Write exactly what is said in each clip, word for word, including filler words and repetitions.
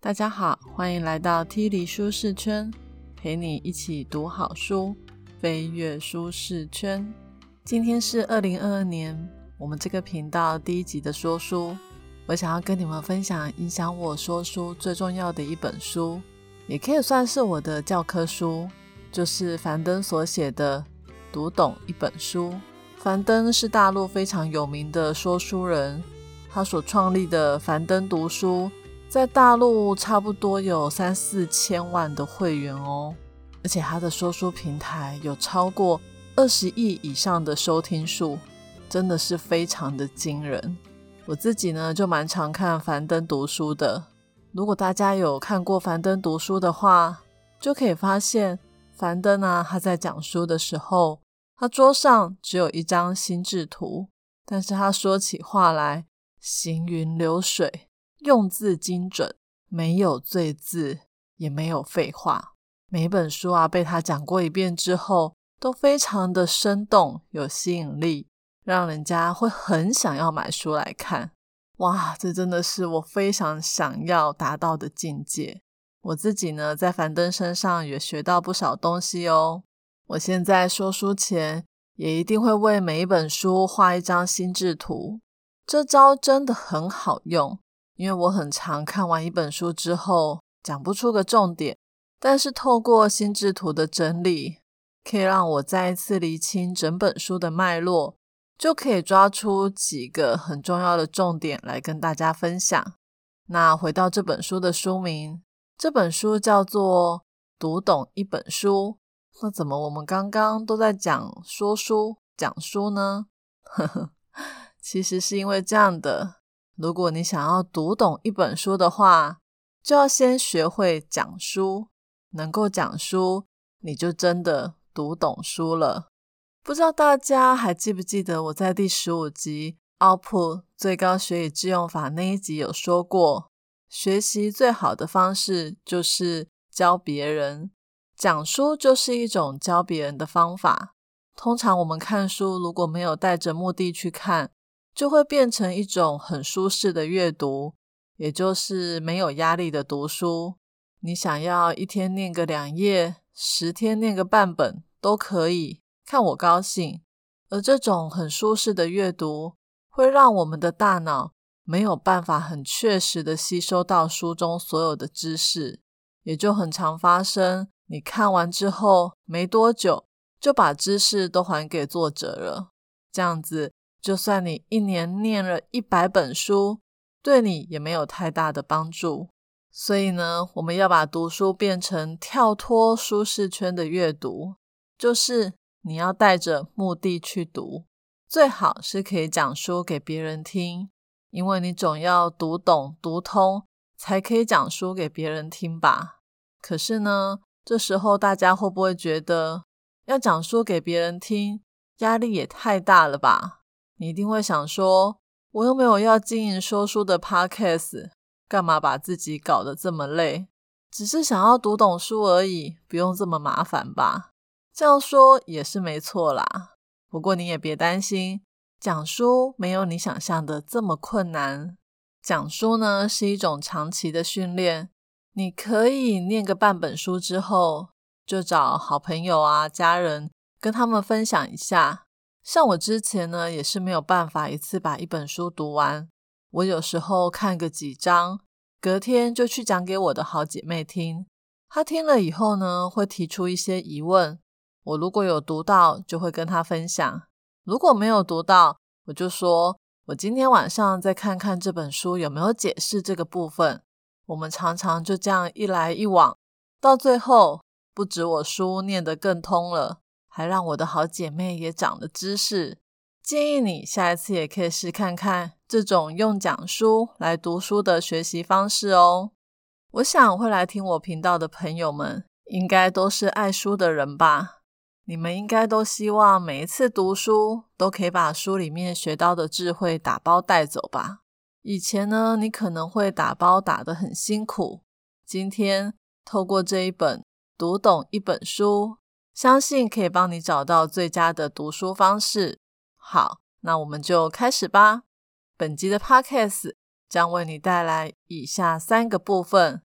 大家好，欢迎来到 T 梨舒适圈，陪你一起读好书，飞跃舒适圈。今天是二零二二年我们这个频道第一集的说书，我想要跟你们分享影响我说书最重要的一本书，也可以算是我的教科书，就是樊登所写的《读懂一本书》。樊登是大陆非常有名的说书人，他所创立的樊登读书在大陆差不多有三四千万的会员哦，而且他的说书平台有超过二十亿以上的收听数，真的是非常的惊人。我自己呢就蛮常看樊登读书的，如果大家有看过樊登读书的话，就可以发现樊登啊他在讲书的时候，他桌上只有一张心智图，但是他说起话来行云流水，用字精准，没有赘字，也没有废话。每本书啊被他讲过一遍之后，都非常的生动，有吸引力，让人家会很想要买书来看。哇，这真的是我非常想要达到的境界。我自己呢在樊登身上也学到不少东西哦。我现在说书前也一定会为每一本书画一张心智图，这招真的很好用，因为我很常看完一本书之后讲不出个重点，但是透过心智图的整理，可以让我再一次厘清整本书的脉络，就可以抓出几个很重要的重点来跟大家分享。那回到这本书的书名，这本书叫做《读懂一本书》，那怎么我们刚刚都在讲说书讲书呢？呵呵，其实是因为这样的，如果你想要读懂一本书的话，就要先学会讲书，能够讲书，你就真的读懂书了。不知道大家还记不记得我在第十五集 Output 最高学以致用法那一集有说过，学习最好的方式就是教别人，讲书就是一种教别人的方法。通常我们看书如果没有带着目的去看，就会变成一种很舒适的阅读，也就是没有压力的读书。你想要一天念个两页，十天念个半本都可以，看我高兴。而这种很舒适的阅读，会让我们的大脑没有办法很确实的吸收到书中所有的知识，也就很常发生你看完之后没多久就把知识都还给作者了。这样子就算你一年念了一百本书，对你也没有太大的帮助。所以呢，我们要把读书变成跳脱舒适圈的阅读，就是你要带着目的去读，最好是可以讲书给别人听，因为你总要读懂读通才可以讲书给别人听吧。可是呢，这时候大家会不会觉得要讲书给别人听，压力也太大了吧？你一定会想说，我又没有要经营说书的 podcast， 干嘛把自己搞得这么累？只是想要读懂书而已，不用这么麻烦吧？这样说也是没错啦，不过你也别担心，讲书没有你想象的这么困难。讲书呢是一种长期的训练，你可以念个半本书之后，就找好朋友啊、家人跟他们分享一下。像我之前呢也是没有办法一次把一本书读完，我有时候看个几章，隔天就去讲给我的好姐妹听，她听了以后呢会提出一些疑问，我如果有读到就会跟她分享，如果没有读到，我就说我今天晚上再看看这本书有没有解释这个部分。我们常常就这样一来一往，到最后不止我书念得更通了，还让我的好姐妹也长了知识。建议你下一次也可以试看看这种用讲书来读书的学习方式哦。我想会来听我频道的朋友们应该都是爱书的人吧，你们应该都希望每一次读书都可以把书里面学到的智慧打包带走吧。以前呢，你可能会打包打得很辛苦，今天透过这一本读懂一本书，相信可以帮你找到最佳的读书方式。好，那我们就开始吧。本集的 podcast 将为你带来以下三个部分，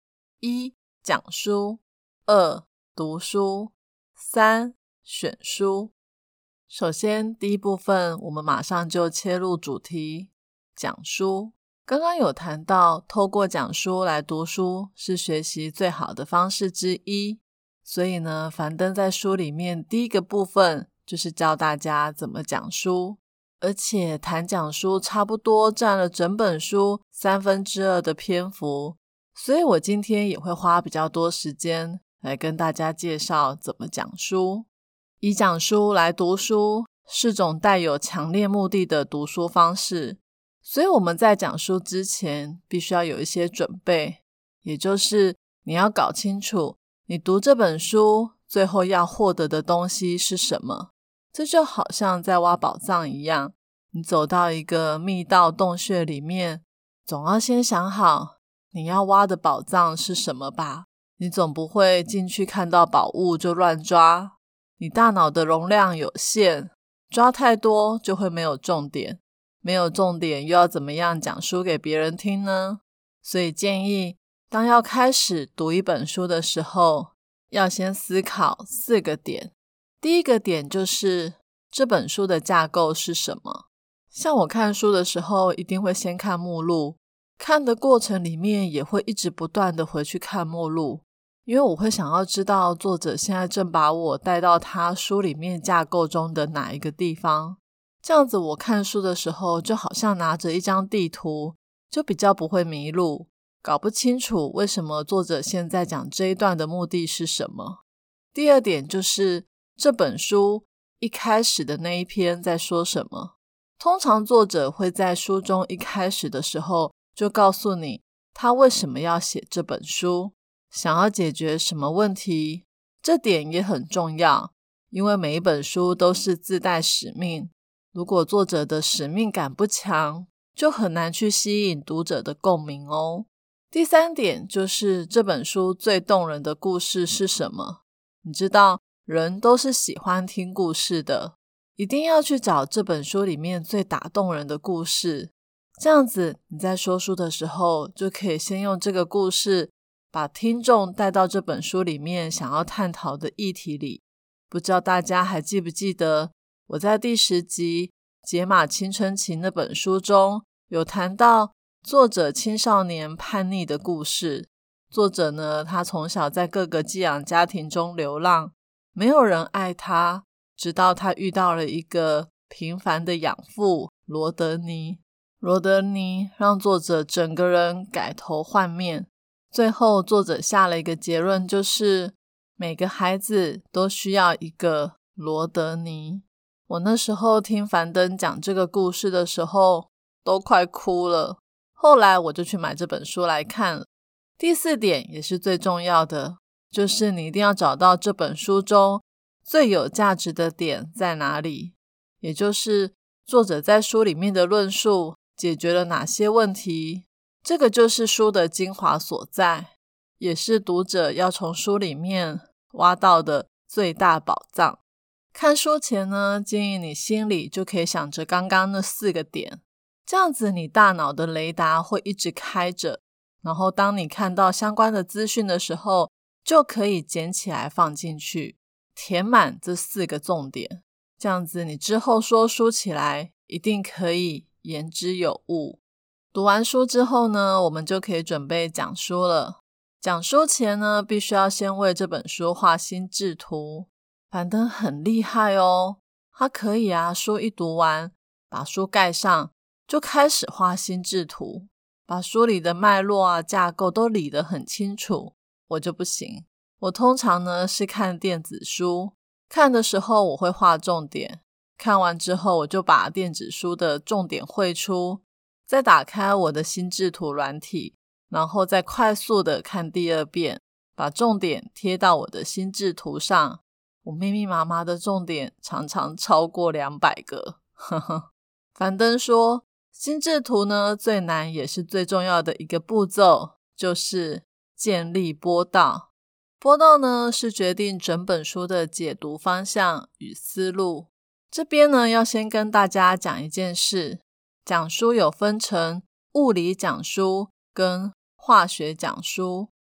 一、讲书，二、读书，三、选书。首先第一部分我们马上就切入主题，讲书。刚刚有谈到透过讲书来读书是学习最好的方式之一，所以呢，樊登在书里面第一个部分就是教大家怎么讲书，而且谈讲书差不多占了整本书三分之二的篇幅，所以我今天也会花比较多时间来跟大家介绍怎么讲书。以讲书来读书是种带有强烈目的的读书方式，所以我们在讲书之前必须要有一些准备，也就是你要搞清楚你读这本书最后要获得的东西是什么。这就好像在挖宝藏一样，你走到一个密道洞穴里面，总要先想好你要挖的宝藏是什么吧。你总不会进去看到宝物就乱抓，你大脑的容量有限，抓太多就会没有重点，没有重点又要怎么样讲书给别人听呢？所以建议当要开始读一本书的时候，要先思考四个点。第一个点就是这本书的架构是什么。像我看书的时候一定会先看目录，看的过程里面也会一直不断的回去看目录，因为我会想要知道作者现在正把我带到他书里面架构中的哪一个地方。这样子我看书的时候就好像拿着一张地图，就比较不会迷路，搞不清楚为什么作者现在讲这一段的目的是什么。第二点就是这本书一开始的那一篇在说什么。通常作者会在书中一开始的时候就告诉你他为什么要写这本书，想要解决什么问题。这点也很重要，因为每一本书都是自带使命，如果作者的使命感不强，就很难去吸引读者的共鸣哦。第三点就是这本书最动人的故事是什么。你知道人都是喜欢听故事的，一定要去找这本书里面最打动人的故事，这样子你在说书的时候就可以先用这个故事把听众带到这本书里面想要探讨的议题里。不知道大家还记不记得我在第十集《解码青春期》那本书中有谈到作者青少年叛逆的故事。作者呢，他从小在各个寄养家庭中流浪，没有人爱他，直到他遇到了一个平凡的养父罗德尼。罗德尼让作者整个人改头换面。最后作者下了一个结论，就是每个孩子都需要一个罗德尼。我那时候听樊登讲这个故事的时候都快哭了，后来我就去买这本书来看了。第四点也是最重要的，就是你一定要找到这本书中最有价值的点在哪里，也就是作者在书里面的论述解决了哪些问题。这个就是书的精华所在，也是读者要从书里面挖到的最大宝藏。看书前呢，建议你心里就可以想着刚刚那四个点，这样子你大脑的雷达会一直开着，然后当你看到相关的资讯的时候，就可以捡起来放进去，填满这四个重点。这样子你之后说书起来一定可以言之有物。读完书之后呢，我们就可以准备讲书了。讲书前呢，必须要先为这本书画心智图。樊登很厉害哦，他可以啊，书一读完，把书盖上，就开始画心智图，把书里的脉络啊、架构都理得很清楚。我就不行，我通常呢是看电子书，看的时候我会画重点，看完之后我就把电子书的重点绘出，再打开我的心智图软体，然后再快速的看第二遍，把重点贴到我的心智图上。我密密麻麻的重点常常超过两百个。呵呵。樊登说，心智图呢最难也是最重要的一个步骤，就是建立播道。播道呢是决定整本书的解读方向与思路。这边呢要先跟大家讲一件事，讲书有分成物理讲书跟化学讲书。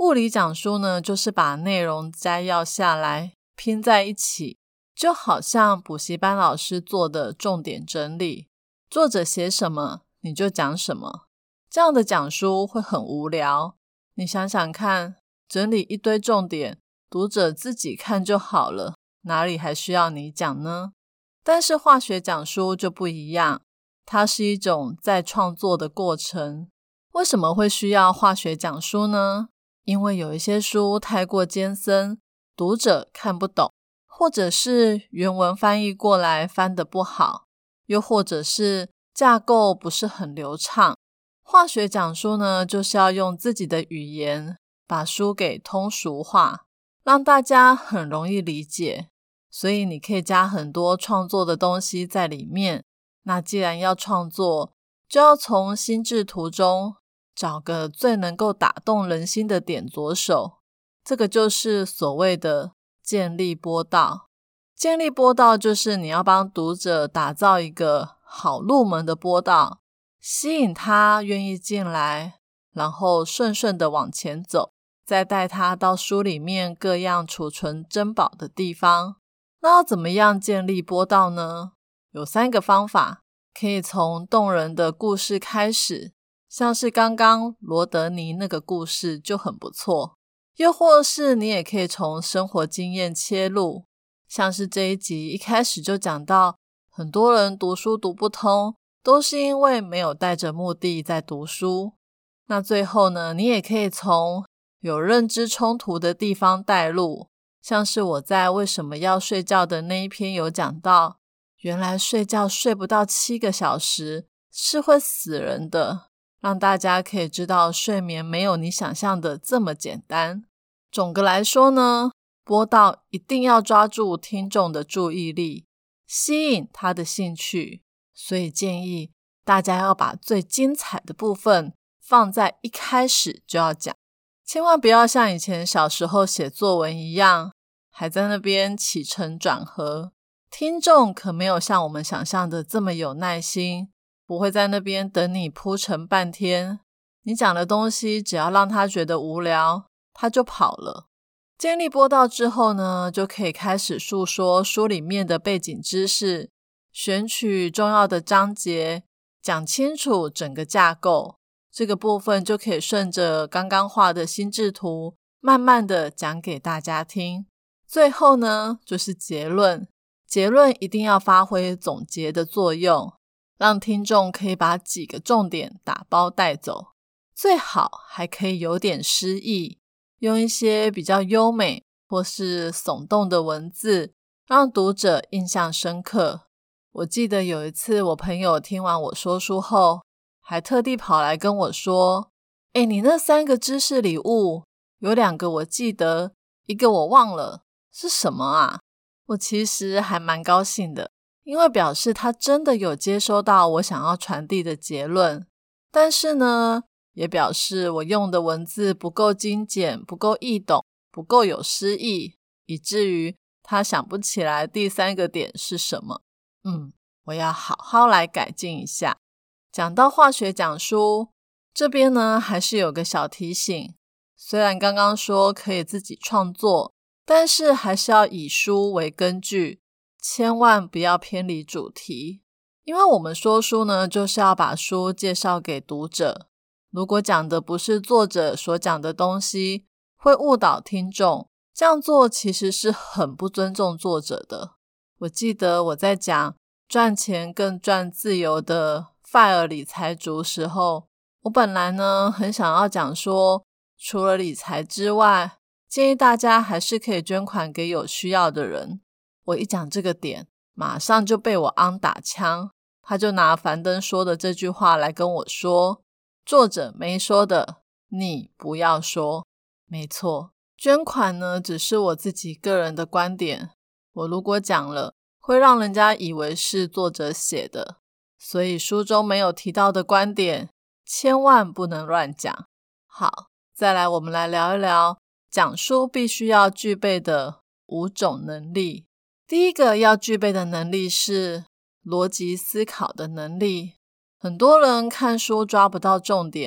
物理讲书呢，就是把内容摘要下来拼在一起，就好像补习班老师做的重点整理，作者写什么你就讲什么。这样的讲书会很无聊，你想想看，整理一堆重点，读者自己看就好了，哪里还需要你讲呢？但是化学讲书就不一样，它是一种再创作的过程。为什么会需要化学讲书呢？因为有一些书太过艰深，读者看不懂，或者是原文翻译过来翻得不好，又或者是架构不是很流畅。化学讲书呢，就是要用自己的语言把书给通俗化，让大家很容易理解。所以你可以加很多创作的东西在里面。那既然要创作，就要从心智图中找个最能够打动人心的点着手。这个就是所谓的建立播道。建立播道就是你要帮读者打造一个好入门的播道，吸引他愿意进来，然后顺顺的往前走，再带他到书里面各样储存珍宝的地方。那要怎么样建立播道呢？有三个方法，可以从动人的故事开始，像是刚刚罗德尼那个故事就很不错。又或是你也可以从生活经验切入，像是这一集一开始就讲到，很多人读书读不通，都是因为没有带着目的在读书。那最后呢，你也可以从有认知冲突的地方带入，像是我在为什么要睡觉的那一篇有讲到，原来睡觉睡不到七个小时是会死人的，让大家可以知道睡眠没有你想象的这么简单。总的来说呢，播道一定要抓住听众的注意力，吸引他的兴趣，所以建议大家要把最精彩的部分放在一开始就要讲，千万不要像以前小时候写作文一样，还在那边起承转合。听众可没有像我们想象的这么有耐心，不会在那边等你铺陈半天，你讲的东西只要让他觉得无聊，他就跑了。建立播道之后呢，就可以开始述说书里面的背景知识，选取重要的章节，讲清楚整个架构。这个部分就可以顺着刚刚画的心智图，慢慢的讲给大家听。最后呢，就是结论。结论一定要发挥总结的作用，让听众可以把几个重点打包带走，最好还可以有点诗意，用一些比较优美或是耸动的文字，让读者印象深刻。我记得有一次我朋友听完我说书后，还特地跑来跟我说，诶，你那三个知识礼物，有两个我记得，一个我忘了，是什么啊？我其实还蛮高兴的，因为表示他真的有接收到我想要传递的结论。但是呢，也表示我用的文字不够精简，不够易懂，不够有诗意，以至于他想不起来第三个点是什么。嗯，我要好好来改进一下。讲到化学讲书，这边呢还是有个小提醒，虽然刚刚说可以自己创作，但是还是要以书为根据，千万不要偏离主题。因为我们说书呢，就是要把书介绍给读者。如果讲的不是作者所讲的东西，会误导听众，这样做其实是很不尊重作者的。我记得我在讲赚钱更赚自由的 F I R E 理财族时候，我本来呢很想要讲说，除了理财之外，建议大家还是可以捐款给有需要的人。我一讲这个点，马上就被我昂打枪，他就拿樊登说的这句话来跟我说，作者没说的，你不要说。没错，捐款呢只是我自己个人的观点，我如果讲了，会让人家以为是作者写的，所以书中没有提到的观点，千万不能乱讲。好，再来我们来聊一聊讲书必须要具备的五种能力。第一个要具备的能力是逻辑思考的能力。很多人看书抓不到重点，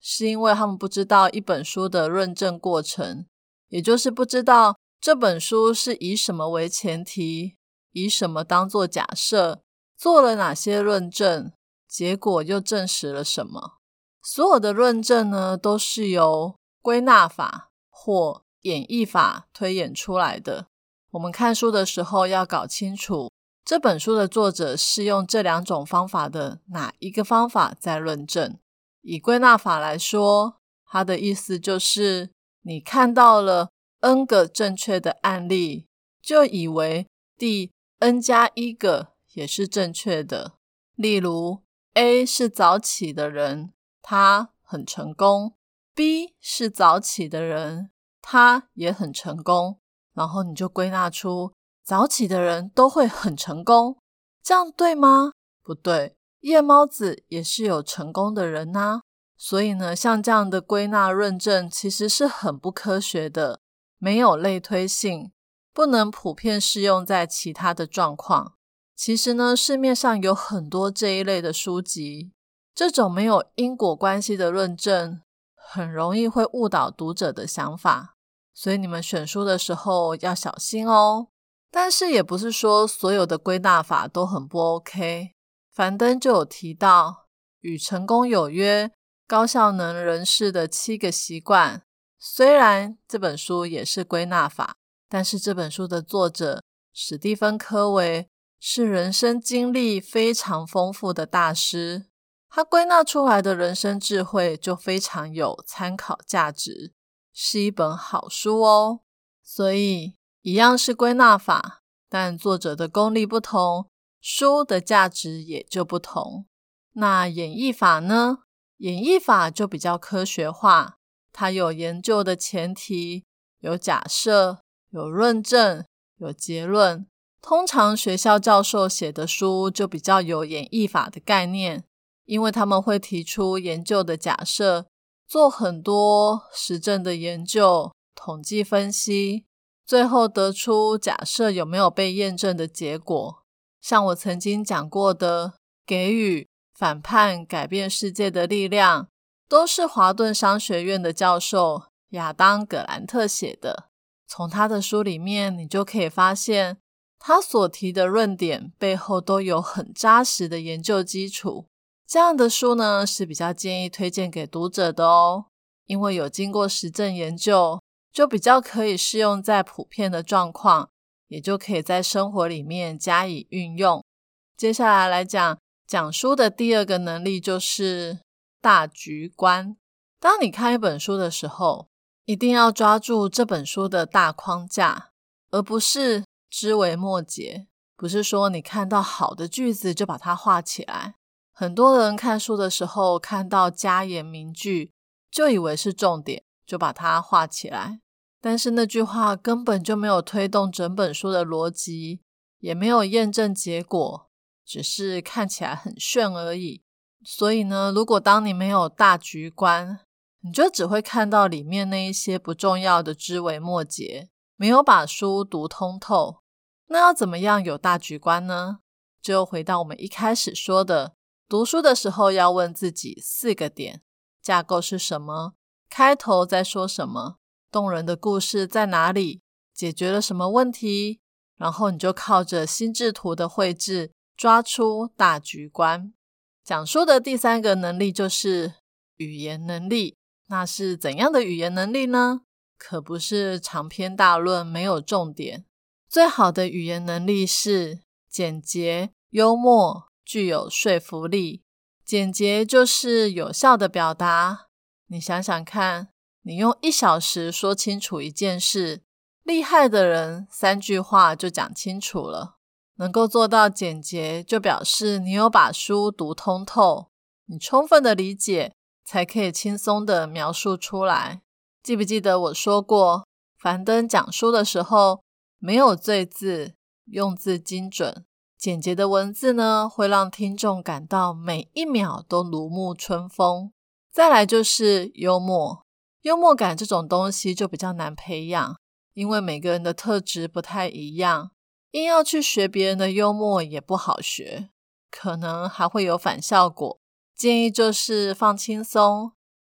是因为他们不知道一本书的论证过程，也就是不知道这本书是以什么为前提，以什么当作假设，做了哪些论证，结果又证实了什么。所有的论证呢，都是由归纳法或演绎法推演出来的。我们看书的时候要搞清楚，这本书的作者是用这两种方法的哪一个方法在论证。以归纳法来说，它的意思就是你看到了 N 个正确的案例，就以为第 N 加一个也是正确的。例如 A 是早起的人，他很成功， B 是早起的人，他也很成功，然后你就归纳出早起的人都会很成功，这样对吗？不对，夜猫子也是有成功的人啊。所以呢，像这样的归纳论证其实是很不科学的，没有类推性，不能普遍适用在其他的状况。其实呢，市面上有很多这一类的书籍，这种没有因果关系的论证很容易会误导读者的想法，所以你们选书的时候要小心哦。但是也不是说所有的归纳法都很不 OK。 樊登就有提到与成功有约高效能人士的七个习惯，虽然这本书也是归纳法，但是这本书的作者史蒂芬·科维是人生经历非常丰富的大师，他归纳出来的人生智慧就非常有参考价值，是一本好书哦。所以一样是归纳法，但作者的功力不同，书的价值也就不同。那演绎法呢？演绎法就比较科学化，它有研究的前提，有假设，有论证，有结论。通常学校教授写的书就比较有演绎法的概念，因为他们会提出研究的假设，做很多实证的研究，统计分析，最后得出假设有没有被验证的结果。像我曾经讲过的给予、反叛、改变世界的力量，都是华顿商学院的教授亚当·葛兰特写的。从他的书里面你就可以发现，他所提的论点背后都有很扎实的研究基础。这样的书呢，是比较建议推荐给读者的哦，因为有经过实证研究，就比较可以适用在普遍的状况，也就可以在生活里面加以运用。接下来来讲讲书的第二个能力，就是大局观。当你看一本书的时候，一定要抓住这本书的大框架，而不是枝微末节。不是说你看到好的句子就把它画起来。很多人看书的时候看到家言名句，就以为是重点，就把它画起来。但是那句话根本就没有推动整本书的逻辑，也没有验证结果，只是看起来很炫而已。所以呢，如果当你没有大局观，你就只会看到里面那一些不重要的枝微末节，没有把书读通透。那要怎么样有大局观呢？就回到我们一开始说的，读书的时候要问自己四个点：架构是什么？开头在说什么？动人的故事在哪里？解决了什么问题？然后你就靠着心智图的绘制抓出大局观。讲书的第三个能力就是语言能力。那是怎样的语言能力呢？可不是长篇大论没有重点。最好的语言能力是简洁、幽默、具有说服力。简洁就是有效的表达。你想想看，你用一小时说清楚一件事，厉害的人三句话就讲清楚了。能够做到简洁，就表示你有把书读通透，你充分的理解，才可以轻松的描述出来。记不记得我说过，樊登讲书的时候没有赘字，用字精准。简洁的文字呢，会让听众感到每一秒都如沐春风。再来就是幽默。幽默感这种东西就比较难培养，因为每个人的特质不太一样，硬要去学别人的幽默也不好学，可能还会有反效果。建议就是放轻松，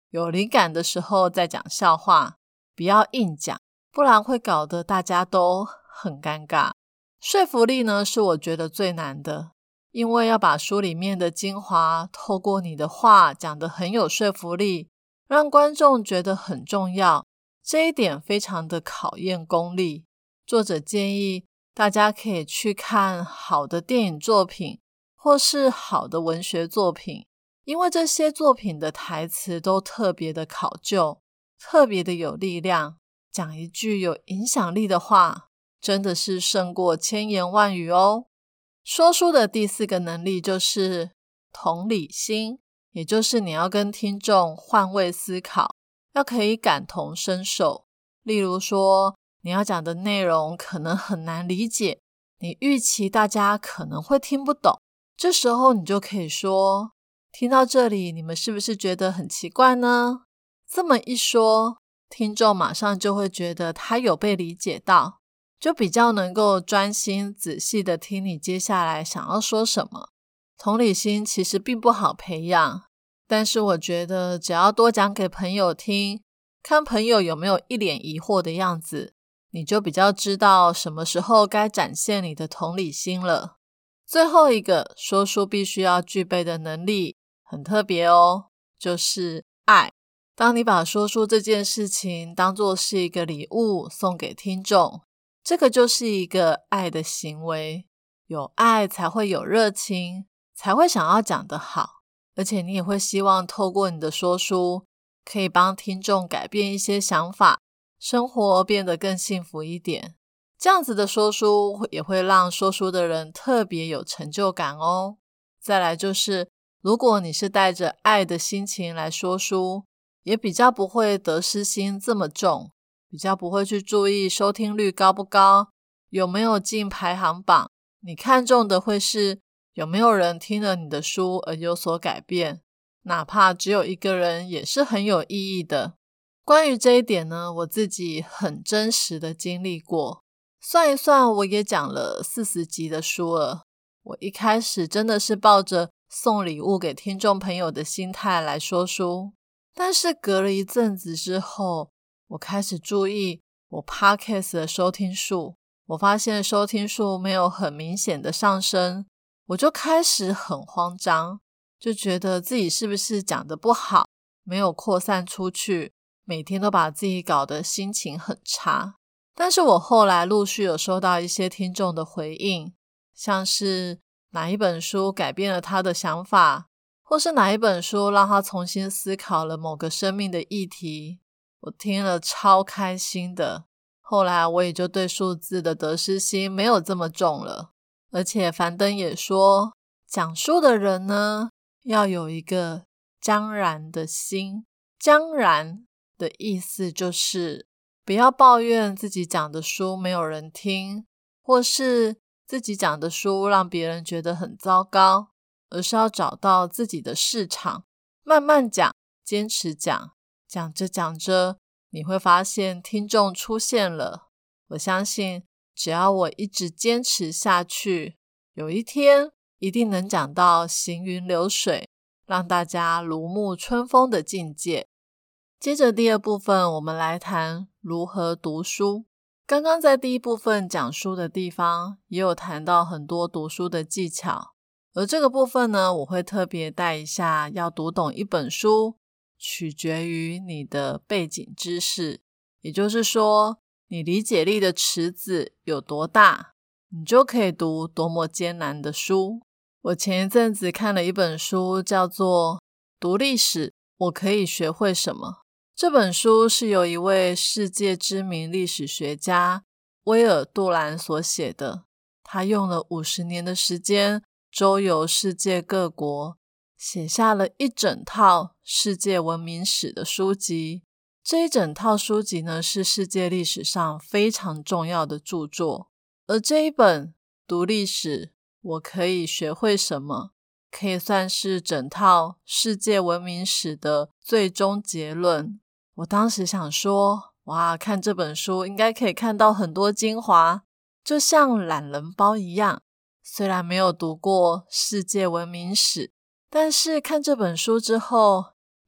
有灵感的时候再讲笑话，不要硬讲，不然会搞得大家都很尴尬。说服力呢，是我觉得最难的，因为要把书里面的精华透过你的话讲得很有说服力，让观众觉得很重要，这一点非常的考验功力。作者建议大家可以去看好的电影作品或是好的文学作品，因为这些作品的台词都特别的考究，特别的有力量，讲一句有影响力的话，真的是胜过千言万语哦。说书的第四个能力就是同理心，也就是你要跟听众换位思考，要可以感同身受。例如说，你要讲的内容可能很难理解，你预期大家可能会听不懂，这时候你就可以说，听到这里你们是不是觉得很奇怪呢？这么一说，听众马上就会觉得他有被理解到，就比较能够专心仔细的听你接下来想要说什么。同理心其实并不好培养，但是我觉得只要多讲给朋友听，看朋友有没有一脸疑惑的样子，你就比较知道什么时候该展现你的同理心了。最后一个说书必须要具备的能力很特别哦，就是爱。当你把说书这件事情当作是一个礼物送给听众，这个就是一个爱的行为。有爱才会有热情，才会想要讲得好，而且你也会希望透过你的说书可以帮听众改变一些想法，生活变得更幸福一点。这样子的说书也会让说书的人特别有成就感哦。再来就是，如果你是带着爱的心情来说书，也比较不会得失心这么重，比较不会去注意收听率高不高，有没有进排行榜。你看重的会是有没有人听了你的书而有所改变，哪怕只有一个人也是很有意义的。关于这一点呢，我自己很真实的经历过。算一算，我也讲了四十集的书了。我一开始真的是抱着送礼物给听众朋友的心态来说书，但是隔了一阵子之后，我开始注意我 Podcast 的收听数，我发现收听数没有很明显的上升，我就开始很慌张，就觉得自己是不是讲得不好，没有扩散出去，每天都把自己搞得心情很差。但是我后来陆续有收到一些听众的回应，像是哪一本书改变了他的想法，或是哪一本书让他重新思考了某个生命的议题，我听了超开心的。后来我也就对数字的得失心没有这么重了。而且樊登也说，讲书的人呢，要有一个将然的心。将然的意思就是不要抱怨自己讲的书没有人听，或是自己讲的书让别人觉得很糟糕，而是要找到自己的市场，慢慢讲，坚持讲，讲着讲着，你会发现听众出现了。我相信只要我一直坚持下去，有一天一定能讲到行云流水，让大家如沐春风的境界。接着第二部分，我们来谈如何读书。刚刚在第一部分讲书的地方，也有谈到很多读书的技巧，而这个部分呢，我会特别带一下，要读懂一本书，取决于你的背景知识，也就是说，你理解力的池子有多大，你就可以读多么艰难的书。我前一阵子看了一本书，叫做《读历史，我可以学会什么》。这本书是由一位世界知名历史学家威尔杜兰所写的，他用了五十年的时间周游世界各国，写下了一整套世界文明史的书籍。这一整套书籍呢，是世界历史上非常重要的著作。而这一本《读历史，我可以学会什么》可以算是整套世界文明史的最终结论。我当时想说，哇，看这本书应该可以看到很多精华，就像懒人包一样。虽然没有读过世界文明史，但是看这本书之后，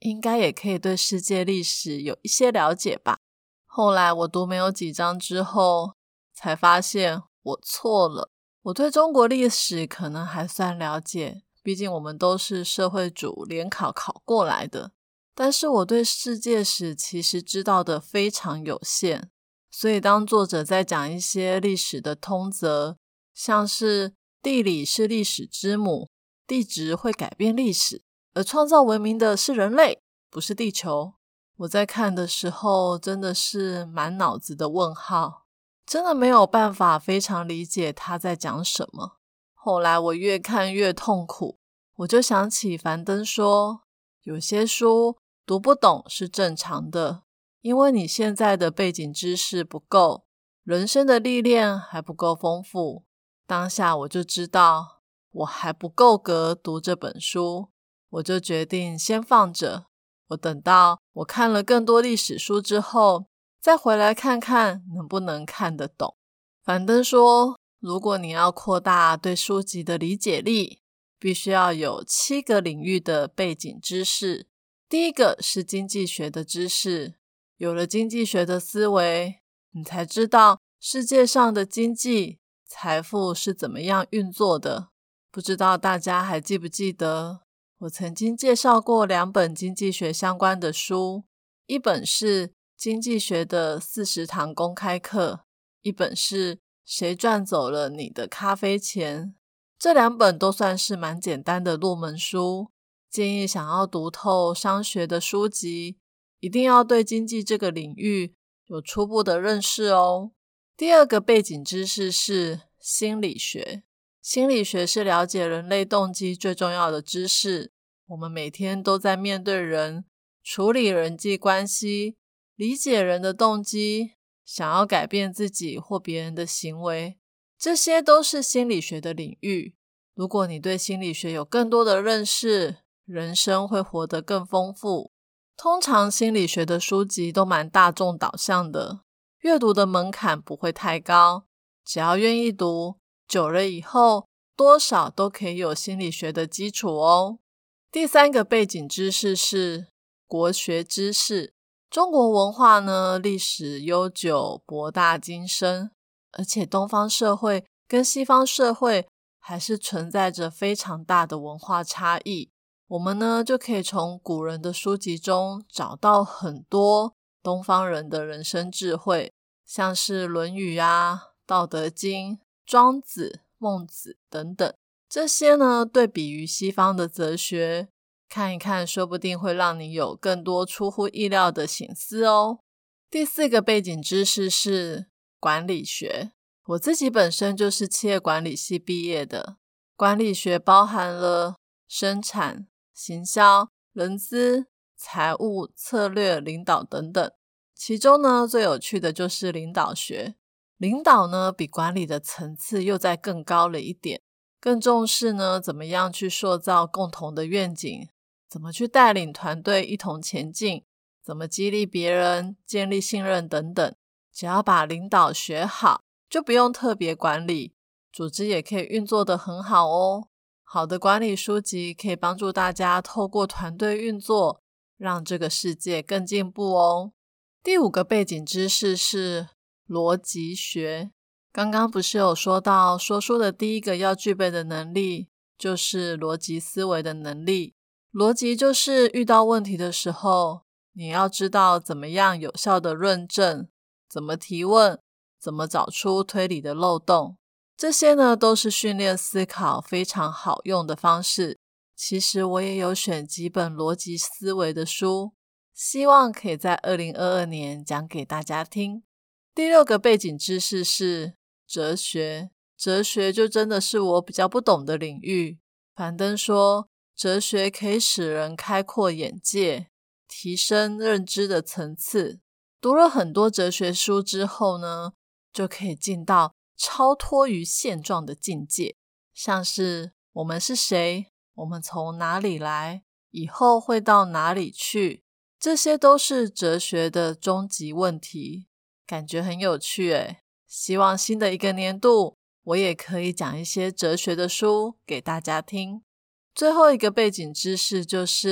应该也可以对世界历史有一些了解吧。后来我读没有几章之后，才发现我错了。我对中国历史可能还算了解，毕竟我们都是社会组联考考过来的。但是我对世界史其实知道的非常有限，所以当作者在讲一些历史的通则，像是地理是历史之母，地质会改变历史，而创造文明的是人类，不是地球。我在看的时候真的是满脑子的问号，真的没有办法非常理解他在讲什么。后来我越看越痛苦，我就想起樊登说，有些书读不懂是正常的，因为你现在的背景知识不够，人生的历练还不够丰富。当下我就知道我还不够格读这本书，我就决定先放着，我等到我看了更多历史书之后，再回来看看能不能看得懂。樊登说，如果你要扩大对书籍的理解力，必须要有七个领域的背景知识。第一个是经济学的知识，有了经济学的思维，你才知道世界上的经济、财富是怎么样运作的。不知道大家还记不记得，我曾经介绍过两本经济学相关的书，一本是经济学的四十堂公开课，一本是谁赚走了你的咖啡钱。这两本都算是蛮简单的入门书，建议想要读透商学的书籍，一定要对经济这个领域有初步的认识哦。第二个背景知识是心理学。心理学是了解人类动机最重要的知识。我们每天都在面对人，处理人际关系，理解人的动机，想要改变自己或别人的行为，这些都是心理学的领域。如果你对心理学有更多的认识，人生会活得更丰富。通常心理学的书籍都蛮大众导向的，阅读的门槛不会太高，只要愿意读，久了以后多少都可以有心理学的基础哦。第三个背景知识是国学知识。中国文化呢，历史悠久，博大精深，而且东方社会跟西方社会还是存在着非常大的文化差异。我们呢，就可以从古人的书籍中找到很多东方人的人生智慧，像是《论语》啊、《道德经》、庄子、孟子等等。这些呢，对比于西方的哲学，看一看说不定会让你有更多出乎意料的省思哦。第四个背景知识是管理学。我自己本身就是企业管理系毕业的，管理学包含了生产、行销、人资、财务、策略、领导等等。其中呢，最有趣的就是领导学。领导呢，比管理的层次又再更高了一点，更重视呢，怎么样去塑造共同的愿景，怎么去带领团队一同前进，怎么激励别人，建立信任等等。只要把领导学好，就不用特别管理，组织也可以运作得很好哦。好的管理书籍可以帮助大家透过团队运作，让这个世界更进步哦。第五个背景知识是逻辑学。刚刚不是有说到，说书的第一个要具备的能力就是逻辑思维的能力。逻辑就是遇到问题的时候，你要知道怎么样有效的论证，怎么提问，怎么找出推理的漏洞。这些呢，都是训练思考非常好用的方式。其实我也有选几本逻辑思维的书，希望可以在二零二二年讲给大家听。第六个背景知识是哲学。哲学就真的是我比较不懂的领域。樊登说，哲学可以使人开阔眼界，提升认知的层次。读了很多哲学书之后呢，就可以进到超脱于现状的境界，像是我们是谁，我们从哪里来，以后会到哪里去，这些都是哲学的终极问题，感觉很有趣耶。希望新的一个年度，我也可以讲一些哲学的书给大家听。最后一个背景知识就是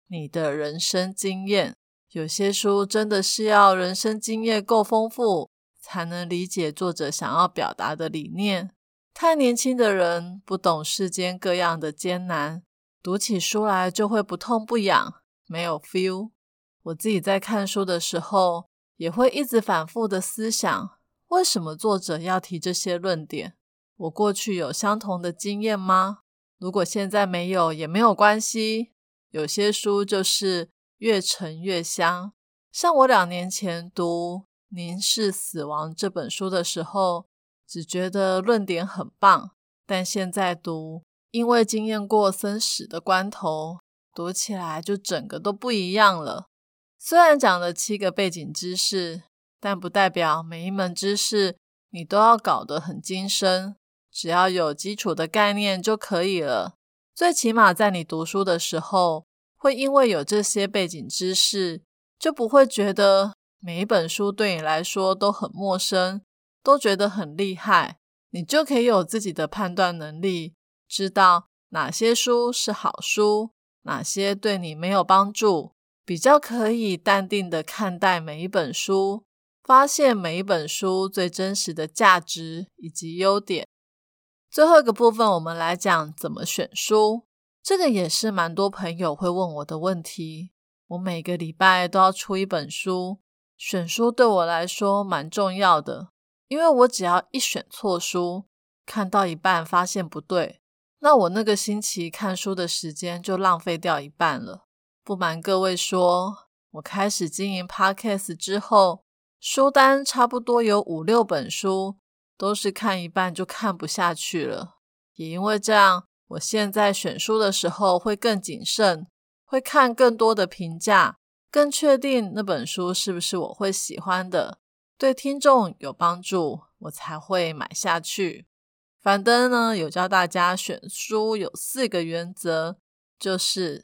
你的人生经验。有些书真的是要人生经验够丰富，才能理解作者想要表达的理念。太年轻的人不懂世间各样的艰难，读起书来就会不痛不痒，没有 feel。 我自己在看书的时候也会一直反复的思想，为什么作者要提这些论点？我过去有相同的经验吗？如果现在没有也没有关系，有些书就是越沉越香。像我两年前读《凝视死亡》这本书的时候，只觉得论点很棒，但现在读，因为经验过生死的关头，读起来就整个都不一样了。虽然讲了七个背景知识，但不代表每一门知识你都要搞得很精深，只要有基础的概念就可以了。最起码在你读书的时候，会因为有这些背景知识，就不会觉得每一本书对你来说都很陌生，都觉得很厉害。你就可以有自己的判断能力，知道哪些书是好书，哪些对你没有帮助，比较可以淡定的看待每一本书，发现每一本书最真实的价值以及优点。最后一个部分，我们来讲怎么选书。这个也是蛮多朋友会问我的问题。我每个礼拜都要出一本书，选书对我来说蛮重要的，因为我只要一选错书，看到一半发现不对，那我那个星期看书的时间就浪费掉一半了。不瞒各位说，我开始经营 Podcast 之后，书单差不多有五六本书都是看一半就看不下去了。也因为这样，我现在选书的时候会更谨慎，会看更多的评价，更确定那本书是不是我会喜欢的，对听众有帮助，我才会买下去。樊登呢，有教大家选书有四个原则，就是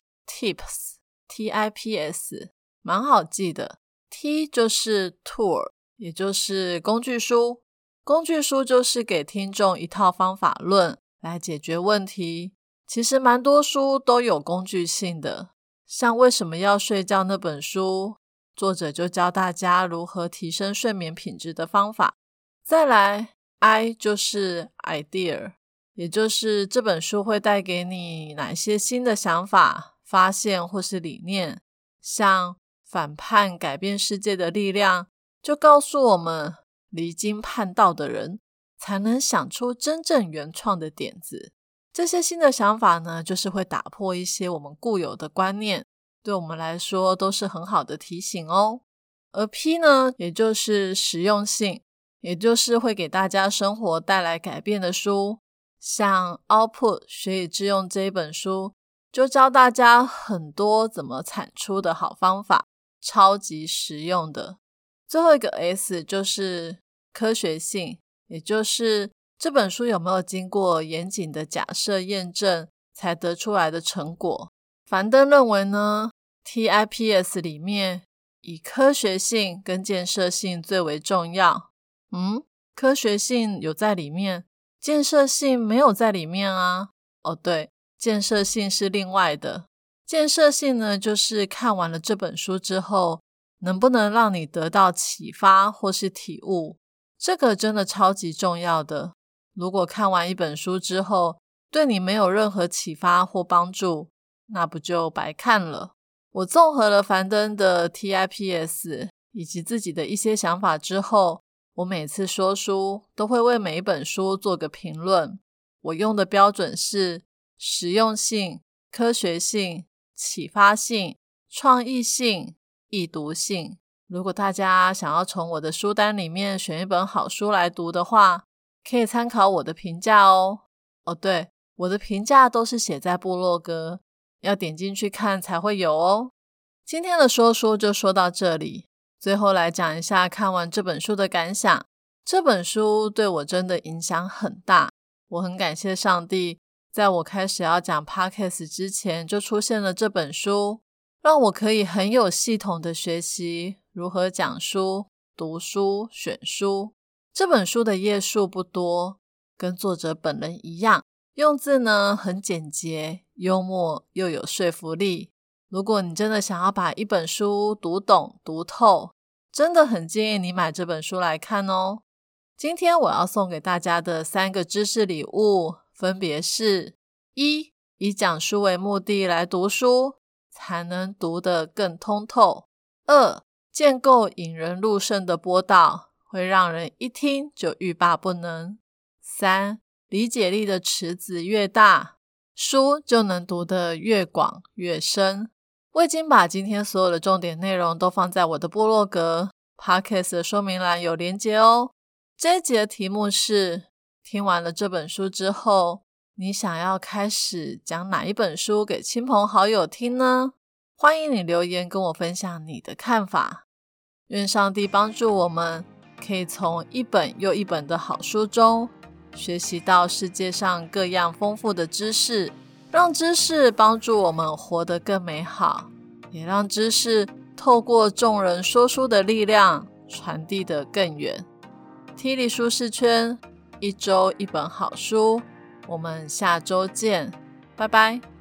tips T I P S， 蛮好记的。 T 就是 tool， 也就是工具书。工具书就是给听众一套方法论来解决问题。其实蛮多书都有工具性的，像为什么要睡觉那本书，作者就教大家如何提升睡眠品质的方法。再来 I 就是 idea， 也就是这本书会带给你哪些新的想法、发现或是理念。像反叛改变世界的力量，就告诉我们离经叛道的人才能想出真正原创的点子。这些新的想法呢，就是会打破一些我们固有的观念，对我们来说都是很好的提醒哦。而 P 呢，也就是实用性，也就是会给大家生活带来改变的书。像 Output 学以致用这一本书，就教大家很多怎么产出的好方法，超级实用的。最后一个 S 就是科学性，也就是这本书有没有经过严谨的假设验证才得出来的成果。樊登认为呢， T I P S 里面以科学性跟建设性最为重要。嗯，科学性有在里面，建设性没有在里面啊。哦对，建设性是另外的。建设性呢，就是看完了这本书之后，能不能让你得到启发或是体悟，这个真的超级重要的。如果看完一本书之后，对你没有任何启发或帮助，那不就白看了。我综合了樊登的 T I P S 以及自己的一些想法之后，我每次说书都会为每一本书做个评论。我用的标准是实用性、科学性、启发性、创意性、易读性。如果大家想要从我的书单里面选一本好书来读的话，可以参考我的评价哦。哦对，我的评价都是写在部落格，要点进去看才会有哦。今天的说书就说到这里，最后来讲一下看完这本书的感想。这本书对我真的影响很大，我很感谢上帝，在我开始要讲 Podcast 之前就出现了这本书，让我可以很有系统的学习如何讲书、读书、选书。这本书的页数不多，跟作者本人一样，用字呢很简洁、幽默又有说服力。 如果你真的想要把一本书读懂读透，真的很建议你买这本书来看哦。今天我要送给大家的三个知识礼物分别是：一、以讲书为目的来读书，才能读得更通透；二、建构引人入胜的播导，会让人一听就欲罢不能；三、理解力的池子越大，书就能读得越广越深。我已经把今天所有的重点内容都放在我的部落格 Podcast 的说明栏有连结哦。这一集的题目是：听完了这本书之后，你想要开始讲哪一本书给亲朋好友听呢？欢迎你留言跟我分享你的看法。愿上帝帮助我们，可以从一本又一本的好书中学习到世界上各样丰富的知识，让知识帮助我们活得更美好，也让知识透过众人说书的力量传递得更远。T 里舒适圈，一周一本好书，我们下周见，拜拜。